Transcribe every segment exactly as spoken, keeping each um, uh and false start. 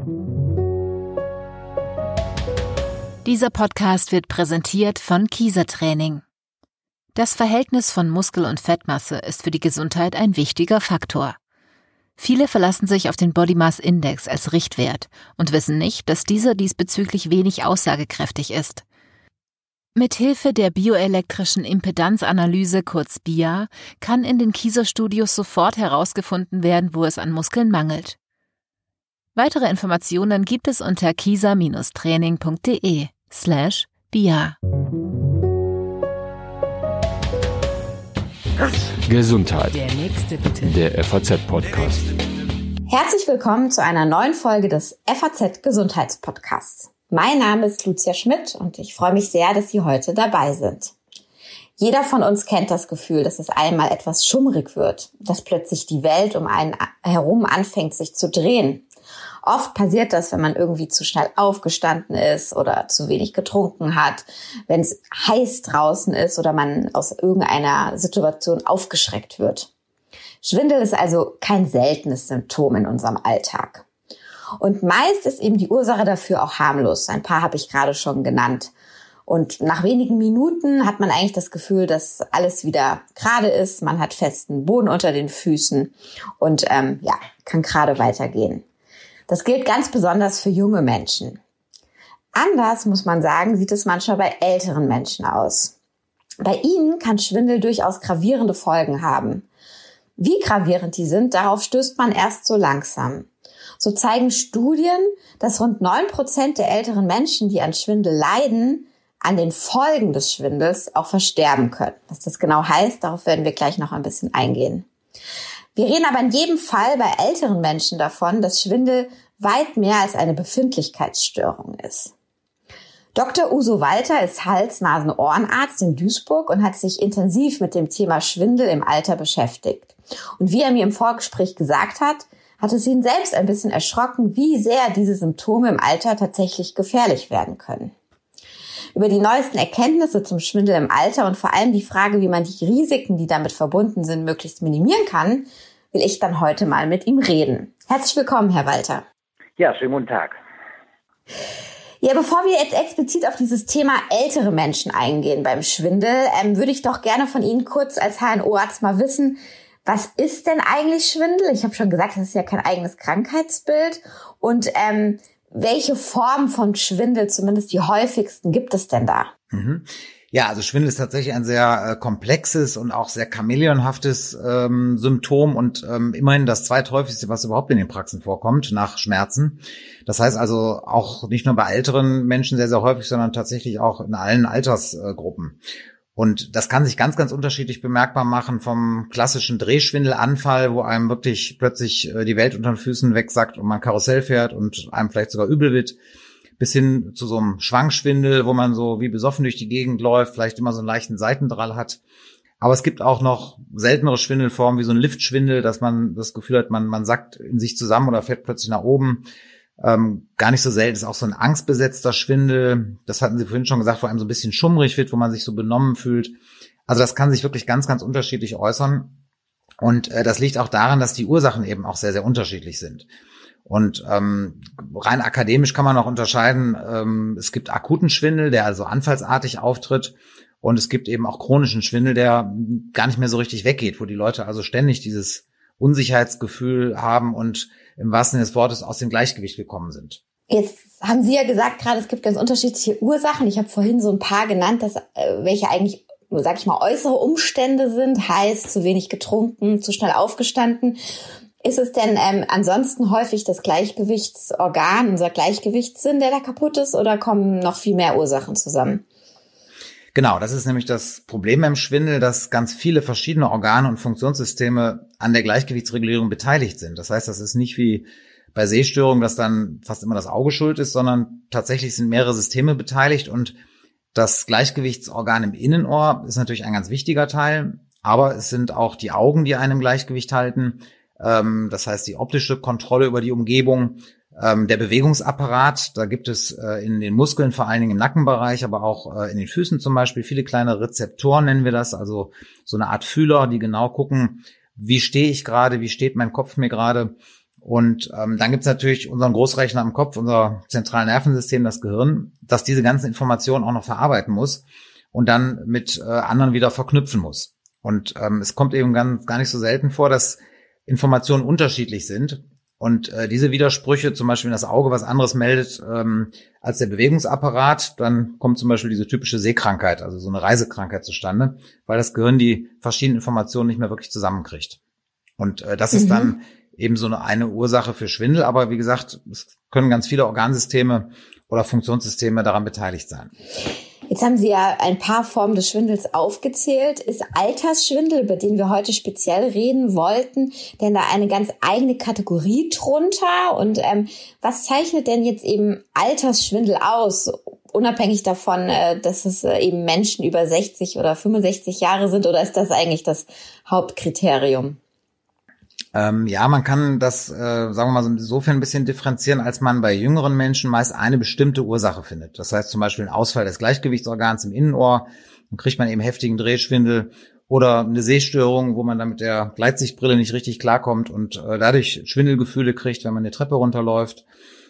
Dieser Podcast wird präsentiert von Kiesertraining. Das Verhältnis von Muskel- und Fettmasse ist für die Gesundheit ein wichtiger Faktor. Viele verlassen sich auf den Body Mass Index als Richtwert und wissen nicht, dass dieser diesbezüglich wenig aussagekräftig ist. Mithilfe der bioelektrischen Impedanzanalyse, kurz B I A, kann in den Kieser-Studios sofort herausgefunden werden, wo es an Muskeln mangelt. Weitere Informationen gibt es unter kieser-training.de slash BIA. Gesundheit. Der nächste bitte. Der F A Z-Podcast. Herzlich willkommen zu einer neuen Folge des F A Z-Gesundheitspodcasts. Mein Name ist Lucia Schmidt und ich freue mich sehr, dass Sie heute dabei sind. Jeder von uns kennt das Gefühl, dass es einmal etwas schummrig wird, dass plötzlich die Welt um einen herum anfängt, sich zu drehen. Oft passiert das, wenn man irgendwie zu schnell aufgestanden ist oder zu wenig getrunken hat, wenn es heiß draußen ist oder man aus irgendeiner Situation aufgeschreckt wird. Schwindel ist also kein seltenes Symptom in unserem Alltag. Und meist ist eben die Ursache dafür auch harmlos. Ein paar habe ich gerade schon genannt. Und nach wenigen Minuten hat man eigentlich das Gefühl, dass alles wieder gerade ist. Man hat festen Boden unter den Füßen und ähm, ja, kann gerade weitergehen. Das gilt ganz besonders für junge Menschen. Anders, muss man sagen, sieht es manchmal bei älteren Menschen aus. Bei ihnen kann Schwindel durchaus gravierende Folgen haben. Wie gravierend die sind, darauf stößt man erst so langsam. So zeigen Studien, dass rund neun Prozent der älteren Menschen, die an Schwindel leiden, an den Folgen des Schwindels auch versterben können. Was das genau heißt, darauf werden wir gleich noch ein bisschen eingehen. Wir reden aber in jedem Fall bei älteren Menschen davon, dass Schwindel weit mehr als eine Befindlichkeitsstörung ist. Doktor Uso Walter ist Hals-Nasen-Ohrenarzt in Duisburg und hat sich intensiv mit dem Thema Schwindel im Alter beschäftigt. Und wie er mir im Vorgespräch gesagt hat, hat es ihn selbst ein bisschen erschrocken, wie sehr diese Symptome im Alter tatsächlich gefährlich werden können. Über die neuesten Erkenntnisse zum Schwindel im Alter und vor allem die Frage, wie man die Risiken, die damit verbunden sind, möglichst minimieren kann, will ich dann heute mal mit ihm reden. Herzlich willkommen, Herr Walter. Ja, schönen guten Tag. Ja, bevor wir jetzt explizit auf dieses Thema ältere Menschen eingehen beim Schwindel, ähm, würde ich doch gerne von Ihnen kurz als H N O-Arzt mal wissen, was ist denn eigentlich Schwindel? Ich habe schon gesagt, das ist ja kein eigenes Krankheitsbild. Und ähm, welche Formen von Schwindel, zumindest die häufigsten, gibt es denn da? Mhm. Ja, also Schwindel ist tatsächlich ein sehr äh, komplexes und auch sehr chamäleonhaftes ähm, Symptom und ähm, immerhin das zweithäufigste, was überhaupt in den Praxen vorkommt, nach Schmerzen. Das heißt also auch nicht nur bei älteren Menschen sehr, sehr häufig, sondern tatsächlich auch in allen Altersgruppen. Und das kann sich ganz, ganz unterschiedlich bemerkbar machen, vom klassischen Drehschwindelanfall, wo einem wirklich plötzlich die Welt unter den Füßen wegsackt und man Karussell fährt und einem vielleicht sogar übel wird, bis hin zu so einem Schwankschwindel, wo man so wie besoffen durch die Gegend läuft, vielleicht immer so einen leichten Seitendrall hat. Aber es gibt auch noch seltenere Schwindelformen, wie so ein Liftschwindel, dass man das Gefühl hat, man, man sackt in sich zusammen oder fährt plötzlich nach oben. Ähm, gar nicht so selten ist auch so ein angstbesetzter Schwindel. Das hatten Sie vorhin schon gesagt, wo einem so ein bisschen schummrig wird, wo man sich so benommen fühlt. Also das kann sich wirklich ganz, ganz unterschiedlich äußern. Und äh, das liegt auch daran, dass die Ursachen eben auch sehr, sehr unterschiedlich sind. Und ähm, rein akademisch kann man auch unterscheiden, ähm, es gibt akuten Schwindel, der also anfallsartig auftritt. Und es gibt eben auch chronischen Schwindel, der gar nicht mehr so richtig weggeht, wo die Leute also ständig dieses Unsicherheitsgefühl haben und im wahrsten Sinne des Wortes aus dem Gleichgewicht gekommen sind. Jetzt haben Sie ja gesagt gerade, es gibt ganz unterschiedliche Ursachen. Ich habe vorhin so ein paar genannt, dass, äh, welche eigentlich, sag ich mal, äußere Umstände sind. Heiß, zu wenig getrunken, zu schnell aufgestanden. Ist es denn ähm, ansonsten häufig das Gleichgewichtsorgan, unser Gleichgewichtssinn, der da kaputt ist, oder kommen noch viel mehr Ursachen zusammen? Genau, das ist nämlich das Problem beim Schwindel, dass ganz viele verschiedene Organe und Funktionssysteme an der Gleichgewichtsregulierung beteiligt sind. Das heißt, das ist nicht wie bei Sehstörungen, dass dann fast immer das Auge schuld ist, sondern tatsächlich sind mehrere Systeme beteiligt und das Gleichgewichtsorgan im Innenohr ist natürlich ein ganz wichtiger Teil, aber es sind auch die Augen, die einen im Gleichgewicht halten. Das heißt, die optische Kontrolle über die Umgebung, der Bewegungsapparat, da gibt es in den Muskeln, vor allen Dingen im Nackenbereich, aber auch in den Füßen zum Beispiel, viele kleine Rezeptoren nennen wir das, also so eine Art Fühler, die genau gucken, wie stehe ich gerade, wie steht mein Kopf mir gerade. Und ähm, dann gibt's natürlich unseren Großrechner im Kopf, unser zentrales Nervensystem, das Gehirn, das diese ganzen Informationen auch noch verarbeiten muss und dann mit äh, anderen wieder verknüpfen muss. Und ähm, es kommt eben ganz, gar nicht so selten vor, dass Informationen unterschiedlich sind. Und äh, diese Widersprüche, zum Beispiel wenn das Auge was anderes meldet ähm, als der Bewegungsapparat, dann kommt zum Beispiel diese typische Sehkrankheit, also so eine Reisekrankheit zustande, weil das Gehirn die verschiedenen Informationen nicht mehr wirklich zusammenkriegt. Und äh, das mhm. ist dann eben so eine, eine Ursache für Schwindel. Aber wie gesagt, es können ganz viele Organsysteme oder Funktionssysteme daran beteiligt sein. Jetzt haben Sie ja ein paar Formen des Schwindels aufgezählt. Ist Altersschwindel, über den wir heute speziell reden wollten, denn da eine ganz eigene Kategorie drunter? Und ähm, was zeichnet denn jetzt eben Altersschwindel aus? Unabhängig davon, äh, dass es äh, eben Menschen über sechzig oder fünfundsechzig Jahre sind, oder ist das eigentlich das Hauptkriterium? Ähm, ja, man kann das, äh, sagen wir mal, so insofern ein bisschen differenzieren, als man bei jüngeren Menschen meist eine bestimmte Ursache findet. Das heißt zum Beispiel ein Ausfall des Gleichgewichtsorgans im Innenohr, dann kriegt man eben heftigen Drehschwindel oder eine Sehstörung, wo man dann mit der Gleitsichtbrille nicht richtig klarkommt und äh, dadurch Schwindelgefühle kriegt, wenn man eine Treppe runterläuft.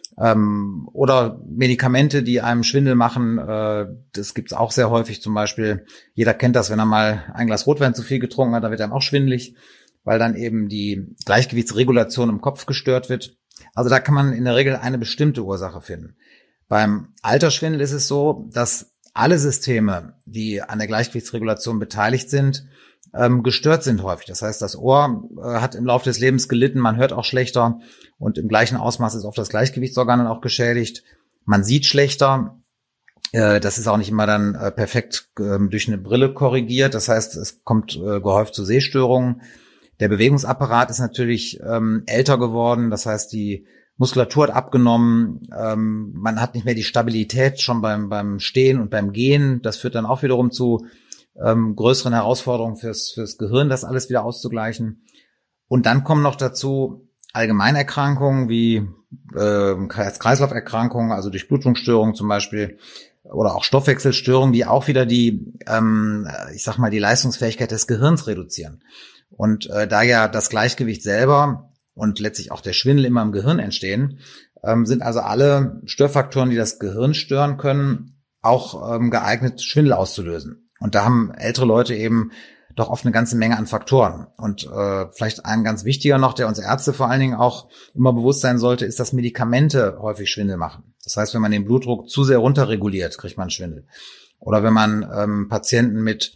Ähm, oder Medikamente, die einem Schwindel machen, äh, das gibt's auch sehr häufig. Zum Beispiel, jeder kennt das, wenn er mal ein Glas Rotwein zu viel getrunken hat, dann wird einem auch schwindelig, weil dann eben die Gleichgewichtsregulation im Kopf gestört wird. Also da kann man in der Regel eine bestimmte Ursache finden. Beim Altersschwindel ist es so, dass alle Systeme, die an der Gleichgewichtsregulation beteiligt sind, ähm, gestört sind häufig. Das heißt, das Ohr äh, hat im Laufe des Lebens gelitten, man hört auch schlechter und im gleichen Ausmaß ist oft das Gleichgewichtsorgan dann auch geschädigt. Man sieht schlechter. Äh, das ist auch nicht immer dann äh, perfekt äh, durch eine Brille korrigiert. Das heißt, es kommt äh, gehäuft zu Sehstörungen. Der Bewegungsapparat ist natürlich ähm, älter geworden, das heißt, die Muskulatur hat abgenommen, ähm, man hat nicht mehr die Stabilität schon beim beim Stehen und beim Gehen. Das führt dann auch wiederum zu ähm, größeren Herausforderungen fürs fürs Gehirn, das alles wieder auszugleichen. Und dann kommen noch dazu Allgemeinerkrankungen wie äh, Herz-Kreislauf-Erkrankungen, also Durchblutungsstörungen zum Beispiel, oder auch Stoffwechselstörungen, die auch wieder die, ähm, ich sag mal, die Leistungsfähigkeit des Gehirns reduzieren. Und äh, da ja das Gleichgewicht selber und letztlich auch der Schwindel immer im Gehirn entstehen, ähm, sind also alle Störfaktoren, die das Gehirn stören können, auch ähm, geeignet, Schwindel auszulösen. Und da haben ältere Leute eben doch oft eine ganze Menge an Faktoren. Und äh, vielleicht ein ganz wichtiger noch, der uns Ärzte vor allen Dingen auch immer bewusst sein sollte, ist, dass Medikamente häufig Schwindel machen. Das heißt, wenn man den Blutdruck zu sehr runterreguliert, kriegt man Schwindel. Oder wenn man ähm, Patienten mit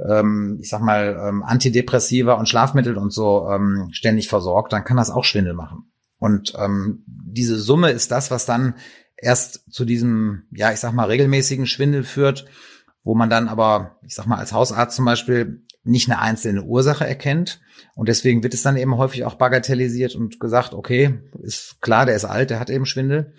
ich sag mal, ähm, Antidepressiva und Schlafmittel und so ähm, ständig versorgt, dann kann das auch Schwindel machen. Und ähm, diese Summe ist das, was dann erst zu diesem, ja, ich sag mal, regelmäßigen Schwindel führt, wo man dann aber, ich sag mal, als Hausarzt zum Beispiel nicht eine einzelne Ursache erkennt. Und deswegen wird es dann eben häufig auch bagatellisiert und gesagt, okay, ist klar, der ist alt, der hat eben Schwindel.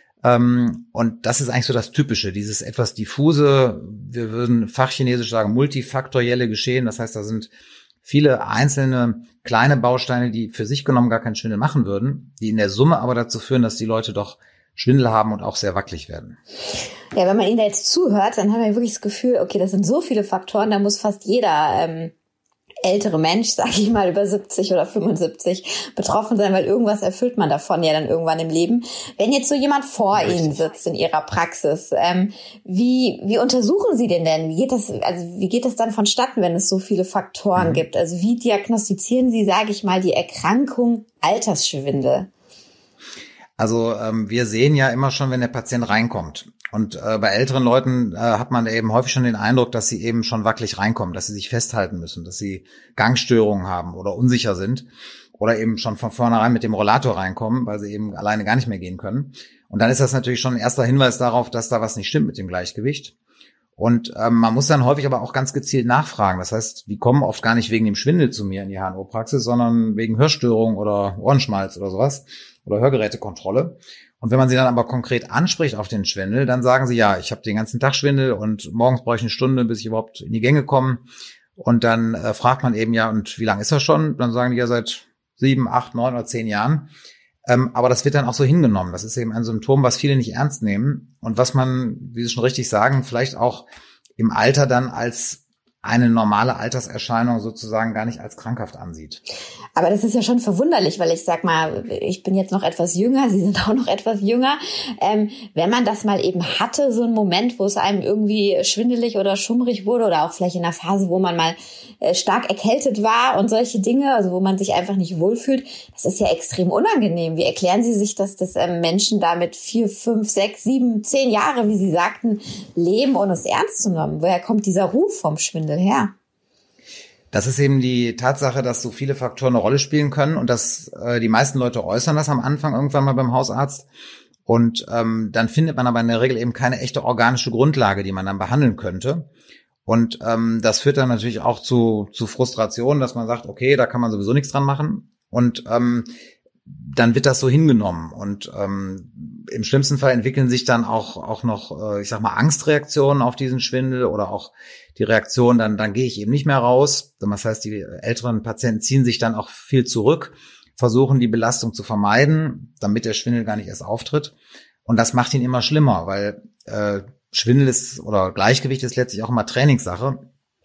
Ähm, und das ist eigentlich so das Typische, dieses etwas diffuse, wir würden fachchinesisch sagen, multifaktorielle Geschehen. Das heißt, da sind viele einzelne kleine Bausteine, die für sich genommen gar keinen Schwindel machen würden, die in der Summe aber dazu führen, dass die Leute doch Schwindel haben und auch sehr wackelig werden. Ja, wenn man Ihnen da jetzt zuhört, dann haben wir wirklich das Gefühl, okay, das sind so viele Faktoren, da muss fast jeder ähm, ältere Mensch, sage ich mal, über siebzig oder fünfundsiebzig betroffen sein, weil irgendwas erfüllt man davon ja dann irgendwann im Leben. Wenn jetzt so jemand vor Richtig. Ihnen sitzt in Ihrer Praxis, ähm, wie wie untersuchen Sie den denn? Wie geht das, also wie geht das dann vonstatten, wenn es so viele Faktoren mhm. gibt? Also wie diagnostizieren Sie, sage ich mal, die Erkrankung Altersschwindel? Also ähm, wir sehen ja immer schon, wenn der Patient reinkommt. Und äh, bei älteren Leuten äh, hat man eben häufig schon den Eindruck, dass sie eben schon wackelig reinkommen, dass sie sich festhalten müssen, dass sie Gangstörungen haben oder unsicher sind oder eben schon von vornherein mit dem Rollator reinkommen, weil sie eben alleine gar nicht mehr gehen können. Und dann ist das natürlich schon ein erster Hinweis darauf, dass da was nicht stimmt mit dem Gleichgewicht. Und ähm, man muss dann häufig aber auch ganz gezielt nachfragen. Das heißt, die kommen oft gar nicht wegen dem Schwindel zu mir in die H N O-Praxis, sondern wegen Hörstörung oder Ohrenschmalz oder sowas oder Hörgerätekontrolle. Und wenn man sie dann aber konkret anspricht auf den Schwindel, dann sagen sie, ja, ich habe den ganzen Tag Schwindel und morgens brauche ich eine Stunde, bis ich überhaupt in die Gänge komme. Und dann äh, fragt man eben, ja, und wie lange ist das schon? Dann sagen die ja seit sieben, acht, neun oder zehn Jahren. Ähm, aber das wird dann auch so hingenommen. Das ist eben ein Symptom, was viele nicht ernst nehmen und was man, wie Sie schon richtig sagen, vielleicht auch im Alter dann als eine normale Alterserscheinung sozusagen gar nicht als krankhaft ansieht. Aber das ist ja schon verwunderlich, weil ich sag mal, ich bin jetzt noch etwas jünger, Sie sind auch noch etwas jünger. Ähm, wenn man das mal eben hatte, so einen Moment, wo es einem irgendwie schwindelig oder schummrig wurde oder auch vielleicht in einer Phase, wo man mal äh, stark erkältet war und solche Dinge, also wo man sich einfach nicht wohlfühlt, das ist ja extrem unangenehm. Wie erklären Sie sich, dass das ähm, Menschen damit vier, fünf, sechs, sieben, zehn Jahre, wie Sie sagten, leben, ohne es ernst zu nehmen? Woher kommt dieser Ruf vom Schwindel her? Das ist eben die Tatsache, dass so viele Faktoren eine Rolle spielen können und dass äh, die meisten Leute äußern das am Anfang irgendwann mal beim Hausarzt. Und ähm, dann findet man aber in der Regel eben keine echte organische Grundlage, die man dann behandeln könnte. Und ähm, das führt dann natürlich auch zu, zu Frustration, dass man sagt, okay, da kann man sowieso nichts dran machen. Und ähm, dann wird das so hingenommen. Und ähm, im schlimmsten Fall entwickeln sich dann auch auch noch, äh, ich sag mal, Angstreaktionen auf diesen Schwindel oder auch die Reaktion, dann dann gehe ich eben nicht mehr raus. Das heißt, die älteren Patienten ziehen sich dann auch viel zurück, versuchen die Belastung zu vermeiden, damit der Schwindel gar nicht erst auftritt. Und das macht ihn immer schlimmer, weil äh, Schwindel ist oder Gleichgewicht ist letztlich auch immer Trainingssache.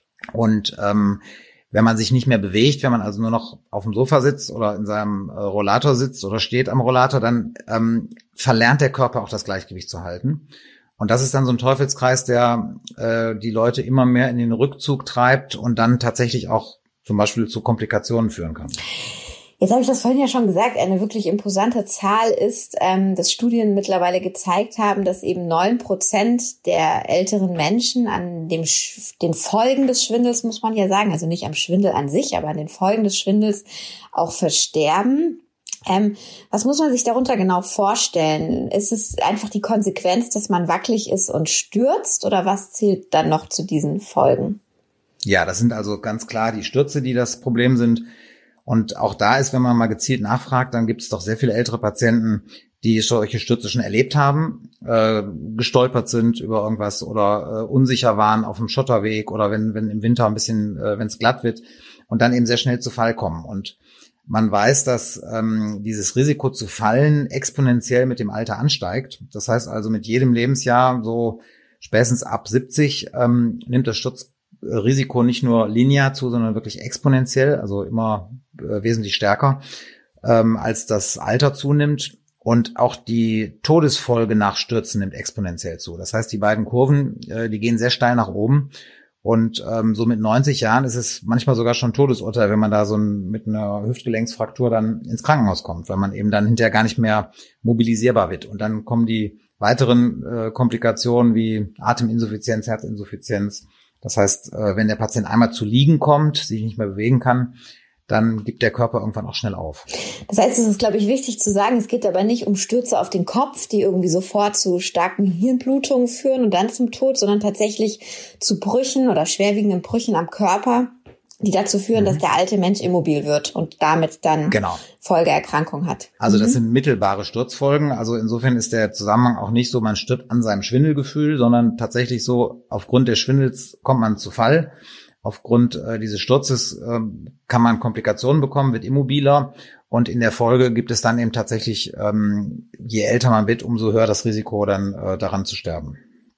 Und ähm, wenn man sich nicht mehr bewegt, wenn man also nur noch auf dem Sofa sitzt oder in seinem äh, Rollator sitzt oder steht am Rollator, dann ähm, verlernt der Körper auch das Gleichgewicht zu halten. Und das ist dann so ein Teufelskreis, der äh, die Leute immer mehr in den Rückzug treibt und dann tatsächlich auch zum Beispiel zu Komplikationen führen kann. Jetzt habe ich das vorhin ja schon gesagt, eine wirklich imposante Zahl ist, ähm, dass Studien mittlerweile gezeigt haben, dass eben neun Prozent der älteren Menschen an dem den Folgen des Schwindels, muss man ja sagen, also nicht am Schwindel an sich, aber an den Folgen des Schwindels auch versterben. Ähm, was muss man sich darunter genau vorstellen? Ist es einfach die Konsequenz, dass man wackelig ist und stürzt, oder was zählt dann noch zu diesen Folgen? Ja, das sind also ganz klar die Stürze, die das Problem sind. Und auch da ist, wenn man mal gezielt nachfragt, dann gibt es doch sehr viele ältere Patienten, die solche Stürze schon erlebt haben, äh, gestolpert sind über irgendwas oder äh, unsicher waren auf dem Schotterweg oder wenn wenn im Winter ein bisschen, äh, wenn es glatt wird und dann eben sehr schnell zu Fall kommen. Und man weiß, dass ähm, dieses Risiko zu fallen exponentiell mit dem Alter ansteigt. Das heißt also, mit jedem Lebensjahr, so spätestens ab siebzig, ähm, nimmt das Sturzrisiko nicht nur linear zu, sondern wirklich exponentiell, also immer äh, wesentlich stärker, ähm, als das Alter zunimmt. Und auch die Todesfolge nach Stürzen nimmt exponentiell zu. Das heißt, die beiden Kurven, äh, die gehen sehr steil nach oben. Und ähm, so mit neunzig Jahren ist es manchmal sogar schon Todesurteil, wenn man da so ein, mit einer Hüftgelenksfraktur dann ins Krankenhaus kommt, weil man eben dann hinterher gar nicht mehr mobilisierbar wird. Und dann kommen die weiteren äh, Komplikationen wie Ateminsuffizienz, Herzinsuffizienz. Das heißt, äh, wenn der Patient einmal zu liegen kommt, sich nicht mehr bewegen kann, dann gibt der Körper irgendwann auch schnell auf. Das heißt, es ist, glaube ich, wichtig zu sagen, es geht aber nicht um Stürze auf den Kopf, die irgendwie sofort zu starken Hirnblutungen führen und dann zum Tod, sondern tatsächlich zu Brüchen oder schwerwiegenden Brüchen am Körper, die dazu führen, mhm. dass der alte Mensch immobil wird und damit dann genau. Folgeerkrankung hat. Also das mhm. sind mittelbare Sturzfolgen. Also insofern ist der Zusammenhang auch nicht so, man stirbt an seinem Schwindelgefühl, sondern tatsächlich so, aufgrund des Schwindels kommt man zu Fall. Aufgrund äh, dieses Sturzes äh, kann man Komplikationen bekommen, wird immobiler und in der Folge gibt es dann eben tatsächlich, ähm, je älter man wird, umso höher das Risiko, dann äh, daran zu sterben.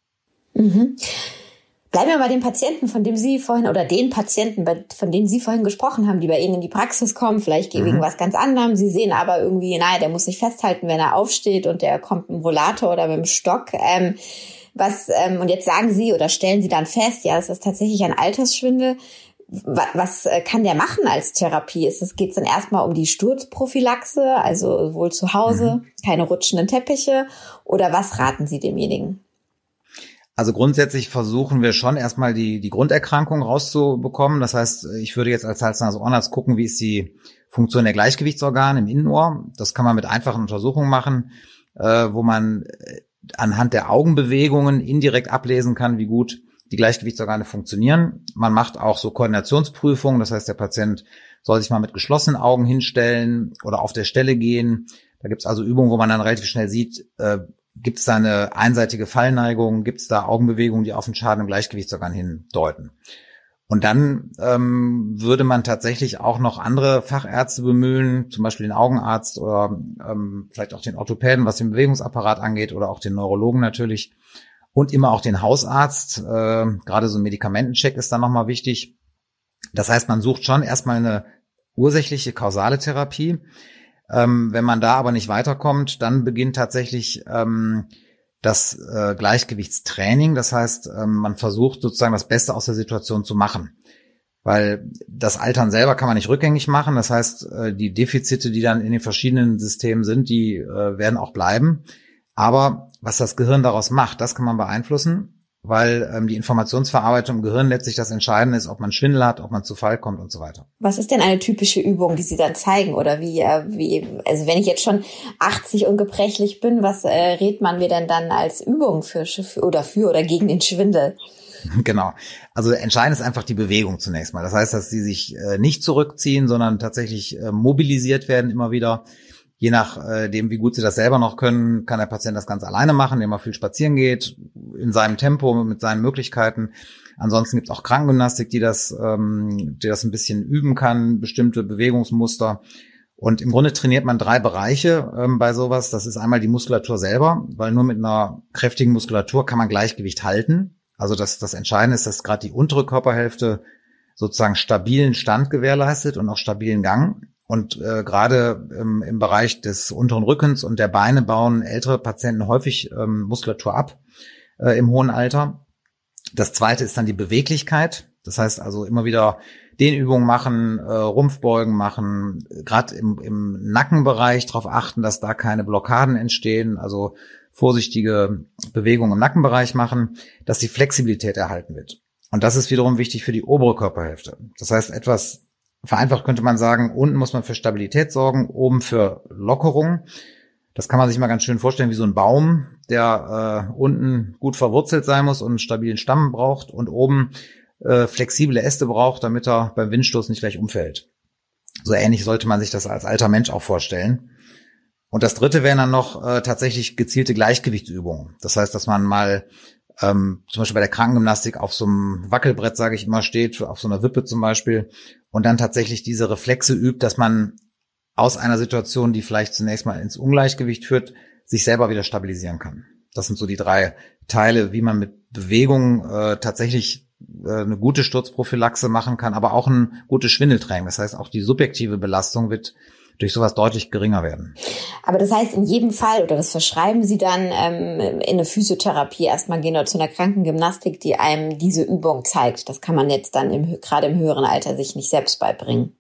Mhm. Bleiben wir bei dem Patienten, von dem Sie vorhin, oder den Patienten, von denen Sie vorhin gesprochen haben, die bei Ihnen in die Praxis kommen, vielleicht wegen mhm. was ganz anderem. Sie sehen aber irgendwie, naja, der muss sich festhalten, wenn er aufsteht und der kommt mit dem Rollator oder mit dem Stock. Ähm, Was, ähm, und jetzt sagen Sie oder stellen Sie dann fest, ja, das ist tatsächlich ein Altersschwindel. Was, was kann der machen als Therapie? Ist es, geht's dann erstmal um die Sturzprophylaxe, also wohl zu Hause, mhm. keine rutschenden Teppiche, oder was raten Sie demjenigen? Also grundsätzlich versuchen wir schon erstmal die, die Grunderkrankung rauszubekommen. Das heißt, ich würde jetzt als Hals-Nasen-Ohrenarzt gucken, wie ist die Funktion der Gleichgewichtsorgane im Innenohr. Das kann man mit einfachen Untersuchungen machen, äh, wo man anhand der Augenbewegungen indirekt ablesen kann, wie gut die Gleichgewichtsorgane funktionieren. Man macht auch so Koordinationsprüfungen, das heißt, der Patient soll sich mal mit geschlossenen Augen hinstellen oder auf der Stelle gehen. Da gibt es also Übungen, wo man dann relativ schnell sieht, äh, gibt es da eine einseitige Fallneigung, gibt es da Augenbewegungen, die auf den Schaden im Gleichgewichtsorgan hindeuten. Und dann ähm, würde man tatsächlich auch noch andere Fachärzte bemühen, zum Beispiel den Augenarzt oder ähm, vielleicht auch den Orthopäden, was den Bewegungsapparat angeht, oder auch den Neurologen natürlich, Und immer auch den Hausarzt. Äh, gerade so ein Medikamentencheck ist dann nochmal wichtig. Das heißt, man sucht schon erstmal eine ursächliche kausale Therapie. Ähm, wenn man da aber nicht weiterkommt, dann beginnt tatsächlich ähm, das äh, Gleichgewichtstraining. Das heißt, ähm, man versucht sozusagen das Beste aus der Situation zu machen. Weil das Altern selber kann man nicht rückgängig machen. Das heißt, äh, die Defizite, die dann in den verschiedenen Systemen sind, die äh, werden auch bleiben. Aber was das Gehirn daraus macht, das kann man beeinflussen, weil ähm, die Informationsverarbeitung im Gehirn letztlich das Entscheidende ist, ob man Schwindel hat, ob man zu Fall kommt und so weiter. Was ist denn eine typische Übung, die Sie dann zeigen? Oder wie, äh, wie, also wenn ich jetzt schon achtzig und gebrechlich bin, was äh, rät man mir denn dann als Übung für, für oder für oder gegen den Schwindel? Genau. Also entscheidend ist einfach die Bewegung zunächst mal. Das heißt, dass sie sich äh, nicht zurückziehen, sondern tatsächlich äh, mobilisiert werden immer wieder. Je nachdem, wie gut sie das selber noch können, kann der Patient das ganz alleine machen, indem er viel spazieren geht, in seinem Tempo, mit seinen Möglichkeiten. Ansonsten gibt es auch Krankengymnastik, die das, ähm, die das ein bisschen üben kann, bestimmte Bewegungsmuster. Und im Grunde trainiert man drei Bereiche ähm, bei sowas. Das ist einmal die Muskulatur selber, weil nur mit einer kräftigen Muskulatur kann man Gleichgewicht halten. Also das, das Entscheidende ist, dass gerade die untere Körperhälfte sozusagen stabilen Stand gewährleistet und auch stabilen Gang. Und äh, gerade ähm, im Bereich des unteren Rückens und der Beine bauen ältere Patienten häufig ähm, Muskulatur ab äh, im hohen Alter. Das zweite ist dann die Beweglichkeit. Das heißt also immer wieder Dehnübungen machen, äh, Rumpfbeugen machen, gerade im, im Nackenbereich darauf achten, dass da keine Blockaden entstehen, also vorsichtige Bewegungen im Nackenbereich machen, dass die Flexibilität erhalten wird. Und das ist wiederum wichtig für die obere Körperhälfte. Das heißt, etwas vereinfacht könnte man sagen, unten muss man für Stabilität sorgen, oben für Lockerung. Das kann man sich mal ganz schön vorstellen wie so ein Baum, der äh, unten gut verwurzelt sein muss und einen stabilen Stamm braucht und oben äh, flexible Äste braucht, damit er beim Windstoß nicht gleich umfällt. So ähnlich sollte man sich das als alter Mensch auch vorstellen. Und das dritte wären dann noch äh, tatsächlich gezielte Gleichgewichtsübungen. Das heißt, dass man mal ähm, zum Beispiel bei der Krankengymnastik auf so einem Wackelbrett, sage ich immer, steht, auf so einer Wippe zum Beispiel, und dann tatsächlich diese Reflexe übt, dass man aus einer Situation, die vielleicht zunächst mal ins Ungleichgewicht führt, sich selber wieder stabilisieren kann. Das sind so die drei Teile, wie man mit Bewegung äh, tatsächlich äh, eine gute Sturzprophylaxe machen kann, aber auch ein gutes Schwindeltraining. Das heißt, auch die subjektive Belastung wird durch sowas deutlich geringer werden. Aber das heißt, in jedem Fall, oder das verschreiben Sie dann ähm, in eine Physiotherapie erstmal gehen oder zu einer Krankengymnastik, die einem diese Übung zeigt. Das kann man jetzt dann im, gerade im höheren Alter sich nicht selbst beibringen.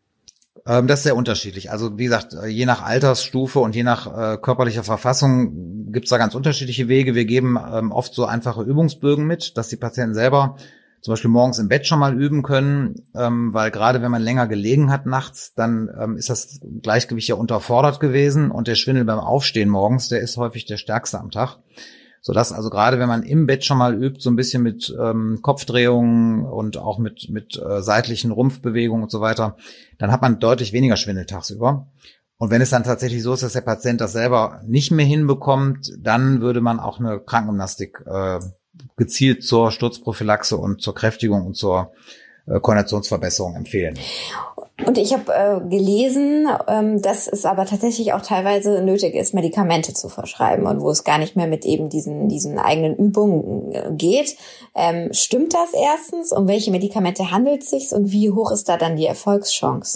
Ähm, das ist sehr unterschiedlich. Also wie gesagt, je nach Altersstufe und je nach äh, körperlicher Verfassung gibt's da ganz unterschiedliche Wege. Wir geben ähm, oft so einfache Übungsbögen mit, dass die Patienten selber zum Beispiel morgens im Bett schon mal üben können, ähm, weil gerade wenn man länger gelegen hat nachts, dann ähm, ist das Gleichgewicht ja unterfordert gewesen und der Schwindel beim Aufstehen morgens, der ist häufig der stärkste am Tag. Sodass also gerade wenn man im Bett schon mal übt, so ein bisschen mit ähm, Kopfdrehungen und auch mit mit äh, seitlichen Rumpfbewegungen und so weiter, dann hat man deutlich weniger Schwindel tagsüber. Und wenn es dann tatsächlich so ist, dass der Patient das selber nicht mehr hinbekommt, dann würde man auch eine Krankengymnastik äh, gezielt zur Sturzprophylaxe und zur Kräftigung und zur äh, Koordinationsverbesserung empfehlen. Und ich habe äh, gelesen, ähm, dass es aber tatsächlich auch teilweise nötig ist, Medikamente zu verschreiben und wo es gar nicht mehr mit eben diesen diesen eigenen Übungen äh, geht. Ähm, stimmt das erstens? Um welche Medikamente handelt es sich und wie hoch ist da dann die Erfolgschance?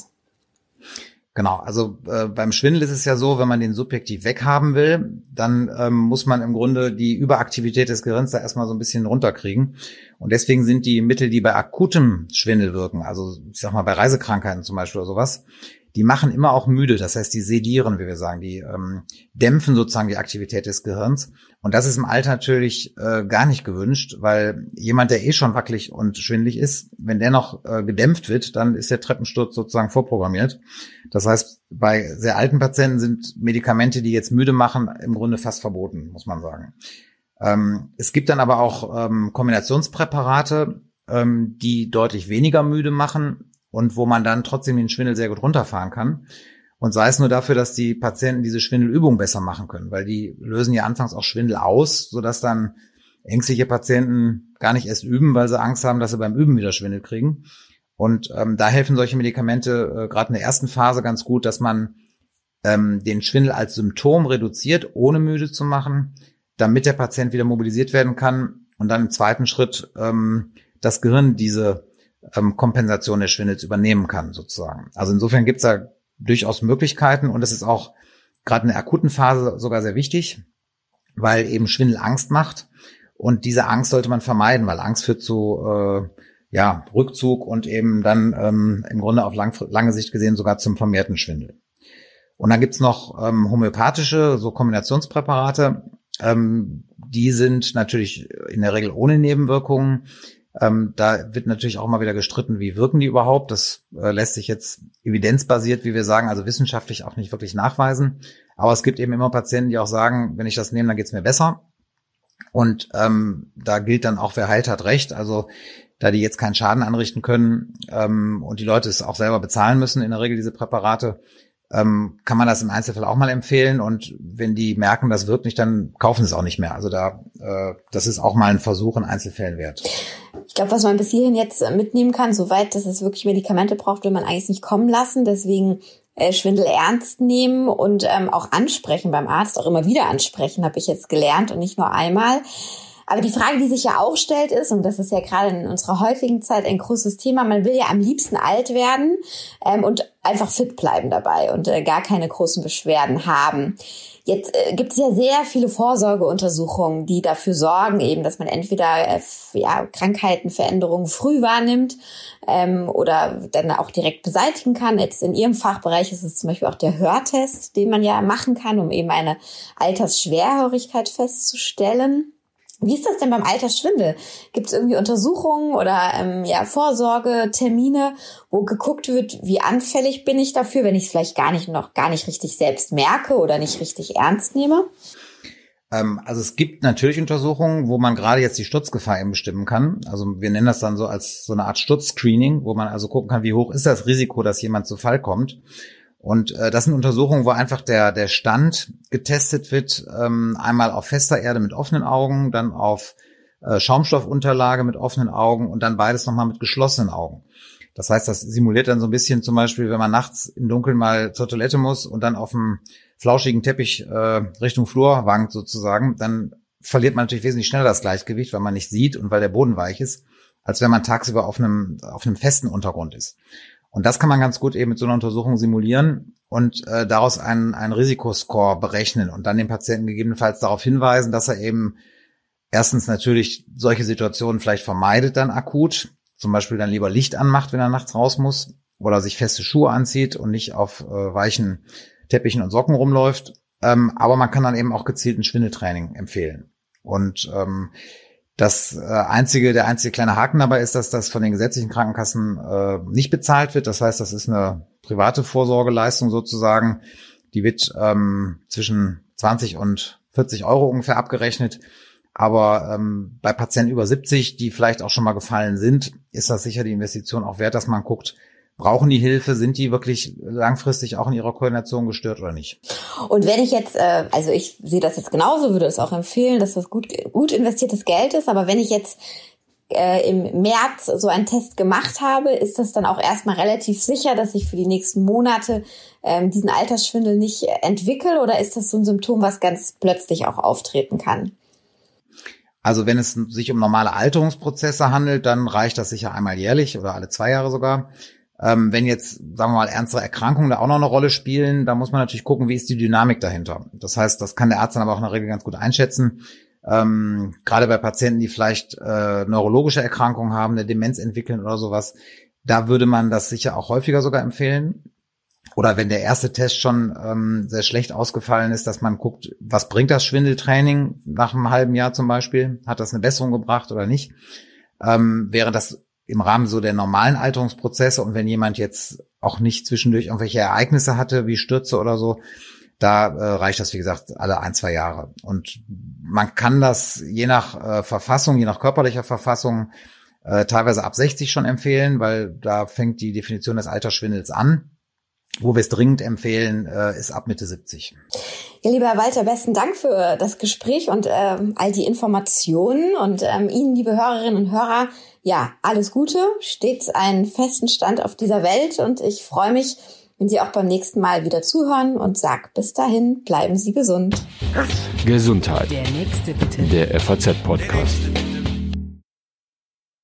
Genau, also äh, beim Schwindel ist es ja so, wenn man den subjektiv weghaben will, dann ähm, muss man im Grunde die Überaktivität des Gehirns da erstmal so ein bisschen runterkriegen. Und deswegen sind die Mittel, die bei akutem Schwindel wirken, also ich sag mal bei Reisekrankheiten zum Beispiel oder sowas, die machen immer auch müde. Das heißt, die sedieren, wie wir sagen, die ähm, dämpfen sozusagen die Aktivität des Gehirns. Und das ist im Alter natürlich äh, gar nicht gewünscht, weil jemand, der eh schon wackelig und schwindelig ist, wenn der noch äh, gedämpft wird, dann ist der Treppensturz sozusagen vorprogrammiert. Das heißt, bei sehr alten Patienten sind Medikamente, die jetzt müde machen, im Grunde fast verboten, muss man sagen. Ähm, es gibt dann aber auch ähm, Kombinationspräparate, ähm, die deutlich weniger müde machen und wo man dann trotzdem den Schwindel sehr gut runterfahren kann. Und sei es nur dafür, dass die Patienten diese Schwindelübung besser machen können, weil die lösen ja anfangs auch Schwindel aus, sodass dann ängstliche Patienten gar nicht erst üben, weil sie Angst haben, dass sie beim Üben wieder Schwindel kriegen. Und ähm, da helfen solche Medikamente äh, gerade in der ersten Phase ganz gut, dass man ähm, den Schwindel als Symptom reduziert, ohne müde zu machen, damit der Patient wieder mobilisiert werden kann und dann im zweiten Schritt ähm, das Gehirn diese ähm, Kompensation des Schwindels übernehmen kann, sozusagen. Also insofern gibt es da durchaus Möglichkeiten und es ist auch gerade in der akuten Phase sogar sehr wichtig, weil eben Schwindel Angst macht und diese Angst sollte man vermeiden, weil Angst führt zu äh, ja Rückzug und eben dann ähm, im Grunde auf lang, lange Sicht gesehen sogar zum vermehrten Schwindel. Und dann gibt's noch ähm, homöopathische, so Kombinationspräparate, ähm, die sind natürlich in der Regel ohne Nebenwirkungen. Ähm, da wird natürlich auch mal wieder gestritten, wie wirken die überhaupt. Das äh, lässt sich jetzt evidenzbasiert, wie wir sagen, also wissenschaftlich auch nicht wirklich nachweisen. Aber es gibt eben immer Patienten, die auch sagen, wenn ich das nehme, dann geht's mir besser. Und ähm, da gilt dann auch, wer heilt, hat Recht. Also da die jetzt keinen Schaden anrichten können ähm, und die Leute es auch selber bezahlen müssen, in der Regel diese Präparate, ähm, kann man das im Einzelfall auch mal empfehlen. Und wenn die merken, das wirkt nicht, dann kaufen sie es auch nicht mehr. Also da, äh, das ist auch mal ein Versuch in Einzelfällen wert. Ich glaube, was man bis hierhin jetzt mitnehmen kann, soweit, dass es wirklich Medikamente braucht, will man eigentlich nicht kommen lassen. Deswegen äh, Schwindel ernst nehmen und ähm, auch ansprechen beim Arzt, auch immer wieder ansprechen, habe ich jetzt gelernt und nicht nur einmal. Aber die Frage, die sich ja auch stellt, ist, und das ist ja gerade in unserer heutigen Zeit ein großes Thema, man will ja am liebsten alt werden ähm, und einfach fit bleiben dabei und äh, gar keine großen Beschwerden haben. Jetzt äh, gibt es ja sehr viele Vorsorgeuntersuchungen, die dafür sorgen, eben, dass man entweder äh, ja, Krankheiten, Veränderungen früh wahrnimmt ähm, oder dann auch direkt beseitigen kann. Jetzt in Ihrem Fachbereich ist es zum Beispiel auch der Hörtest, den man ja machen kann, um eben eine Altersschwerhörigkeit festzustellen. Wie ist das denn beim Altersschwindel? Gibt es irgendwie Untersuchungen oder ähm, ja Vorsorgetermine, wo geguckt wird, wie anfällig bin ich dafür, wenn ich es vielleicht gar nicht noch gar nicht richtig selbst merke oder nicht richtig ernst nehme? Ähm, also es gibt natürlich Untersuchungen, wo man gerade jetzt die Sturzgefahr eben bestimmen kann. Also wir nennen das dann so als so eine Art Sturzscreening, wo man also gucken kann, wie hoch ist das Risiko, dass jemand zu Fall kommt. Und äh, das sind Untersuchungen, wo einfach der der Stand getestet wird, ähm, einmal auf fester Erde mit offenen Augen, dann auf äh, Schaumstoffunterlage mit offenen Augen und dann beides nochmal mit geschlossenen Augen. Das heißt, das simuliert dann so ein bisschen zum Beispiel, wenn man nachts im Dunkeln mal zur Toilette muss und dann auf dem flauschigen Teppich äh, Richtung Flur wankt sozusagen, dann verliert man natürlich wesentlich schneller das Gleichgewicht, weil man nicht sieht und weil der Boden weich ist, als wenn man tagsüber auf einem auf einem festen Untergrund ist. Und das kann man ganz gut eben mit so einer Untersuchung simulieren und äh, daraus einen, einen Risikoscore berechnen und dann den Patienten gegebenenfalls darauf hinweisen, dass er eben erstens natürlich solche Situationen vielleicht vermeidet dann akut, zum Beispiel dann lieber Licht anmacht, wenn er nachts raus muss oder sich feste Schuhe anzieht und nicht auf äh, weichen Teppichen und Socken rumläuft. Ähm, aber man kann dann eben auch gezielten Schwindeltraining empfehlen. Und ähm, Das äh, einzige, der einzige kleine Haken dabei ist, dass das von den gesetzlichen Krankenkassen äh, nicht bezahlt wird. Das heißt, das ist eine private Vorsorgeleistung sozusagen. Die wird ähm, zwischen zwanzig und vierzig Euro ungefähr abgerechnet. Aber ähm, bei Patienten über siebzig, die vielleicht auch schon mal gefallen sind, ist das sicher die Investition auch wert, dass man guckt, brauchen die Hilfe? Sind die wirklich langfristig auch in ihrer Koordination gestört oder nicht? Und wenn ich jetzt, äh, also ich sehe das jetzt genauso, würde es auch empfehlen, dass das gut, gut investiertes Geld ist. Aber wenn ich jetzt äh, im März so einen Test gemacht habe, ist das dann auch erstmal relativ sicher, dass ich für die nächsten Monate ähm, diesen Altersschwindel nicht entwickle? Oder ist das so ein Symptom, was ganz plötzlich auch auftreten kann? Also wenn es sich um normale Alterungsprozesse handelt, dann reicht das sicher einmal jährlich oder alle zwei Jahre sogar. Ähm, wenn jetzt, sagen wir mal, ernstere Erkrankungen da auch noch eine Rolle spielen, da muss man natürlich gucken, wie ist die Dynamik dahinter. Das heißt, das kann der Arzt dann aber auch in der Regel ganz gut einschätzen. Ähm, gerade bei Patienten, die vielleicht äh, neurologische Erkrankungen haben, eine Demenz entwickeln oder sowas, da würde man das sicher auch häufiger sogar empfehlen. Oder wenn der erste Test schon ähm, sehr schlecht ausgefallen ist, dass man guckt, was bringt das Schwindeltraining nach einem halben Jahr zum Beispiel? Hat das eine Besserung gebracht oder nicht? Ähm, wäre das im Rahmen so der normalen Alterungsprozesse und wenn jemand jetzt auch nicht zwischendurch irgendwelche Ereignisse hatte, wie Stürze oder so, da äh, reicht das, wie gesagt, alle ein, zwei Jahre. Und man kann das je nach äh, Verfassung, je nach körperlicher Verfassung äh, teilweise ab sechzig schon empfehlen, weil da fängt die Definition des Altersschwindels an. Wo wir es dringend empfehlen, äh, ist ab Mitte siebzig. Ja, lieber Herr Walter, besten Dank für das Gespräch und ähm, all die Informationen. Und ähm, Ihnen, liebe Hörerinnen und Hörer, ja, alles Gute, stets einen festen Stand auf dieser Welt. Und ich freue mich, wenn Sie auch beim nächsten Mal wieder zuhören und sag bis dahin, bleiben Sie gesund. Gesundheit. Der nächste bitte. Der F A Z Podcast.